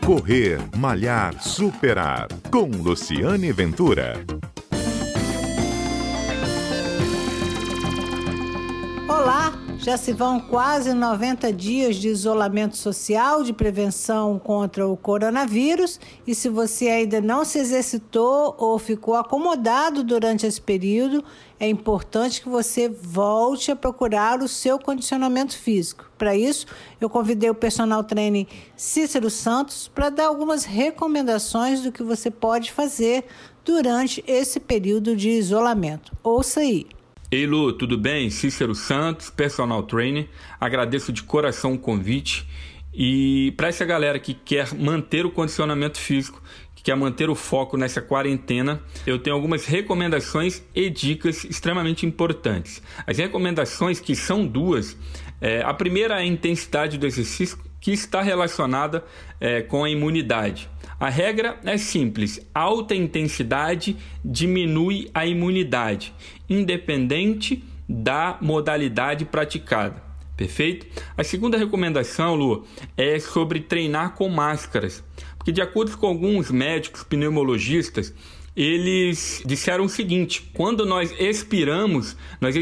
Correr, Malhar, Superar, com Luciane Ventura. Olá! Já se vão quase 90 dias de isolamento social, de prevenção contra o coronavírus, e se você ainda não se exercitou ou ficou acomodado durante esse período, é importante que você volte a procurar o seu condicionamento físico. Para isso, eu convidei o personal trainer Cícero Santos para dar algumas recomendações do que você pode fazer durante esse período de isolamento. Ouça aí! Ei Lu, tudo bem? Cícero Santos, personal trainer. Agradeço de coração o convite. E para essa galera que quer manter o condicionamento físico, que quer manter o foco nessa quarentena, eu tenho algumas recomendações e dicas extremamente importantes. As recomendações, que são duas, a primeira é a intensidade do exercício, que está relacionada com a imunidade. A regra é simples: alta intensidade diminui a imunidade, independente da modalidade praticada. Perfeito? A segunda recomendação, Lu, é sobre treinar com máscaras. Porque, de acordo com alguns médicos pneumologistas, eles disseram o seguinte: quando nós expiramos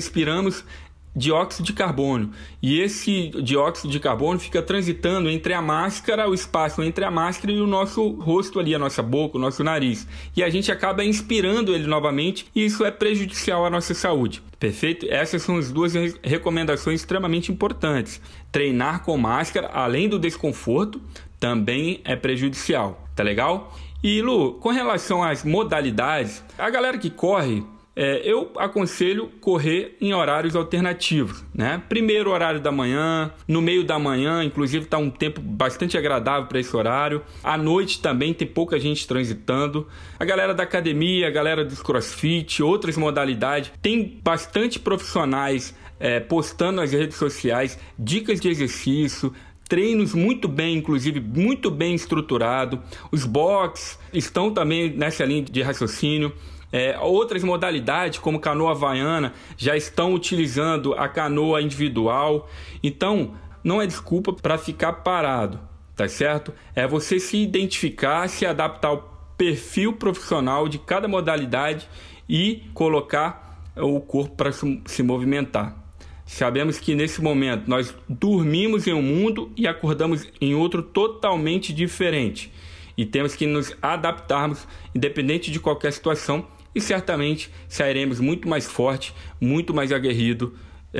dióxido de carbono, e esse dióxido de carbono fica transitando entre a máscara, o espaço entre a máscara e o nosso rosto ali, a nossa boca, o nosso nariz, e a gente acaba inspirando ele novamente, e isso é prejudicial à nossa saúde. Perfeito? Essas são as duas recomendações extremamente importantes. Treinar com máscara, além do desconforto, também é prejudicial. Tá legal? E Lu, com relação às modalidades, a galera que corre, eu aconselho correr em horários alternativos, né? Primeiro horário da manhã, no meio da manhã, inclusive está um tempo bastante agradável para esse horário. À noite também tem pouca gente transitando. A galera da academia, a galera dos crossfit, outras modalidades, tem bastante profissionais postando nas redes sociais dicas de exercício, treinos muito bem, inclusive muito bem estruturado. Os box estão também nessa linha de raciocínio. Outras modalidades, como canoa havaiana, já estão utilizando a canoa individual. Então, não é desculpa para ficar parado, tá certo? É você se identificar, se adaptar ao perfil profissional de cada modalidade e colocar o corpo para se movimentar. Sabemos que nesse momento nós dormimos em um mundo e acordamos em outro totalmente diferente. E temos que nos adaptarmos, independente de qualquer situação, e certamente sairemos muito mais forte, muito mais aguerrido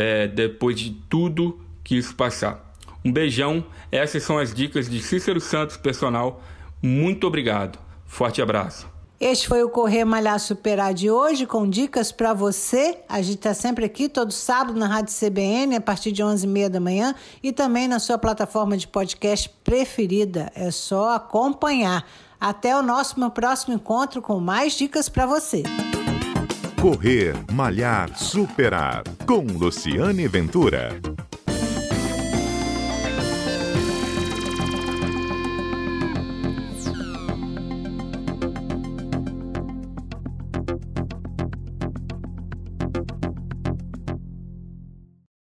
depois de tudo que isso passar. Um beijão, essas são as dicas de Cícero Santos, personal. Muito obrigado, forte abraço. Este foi o Correr, Malhar, Superar de hoje, com dicas para você. A gente está sempre aqui, todo sábado, na Rádio CBN, a partir de 11h30 da manhã, e também na sua plataforma de podcast preferida. É só acompanhar. Até o nosso próximo encontro com mais dicas para você. Correr, Malhar, Superar, com Luciane Ventura.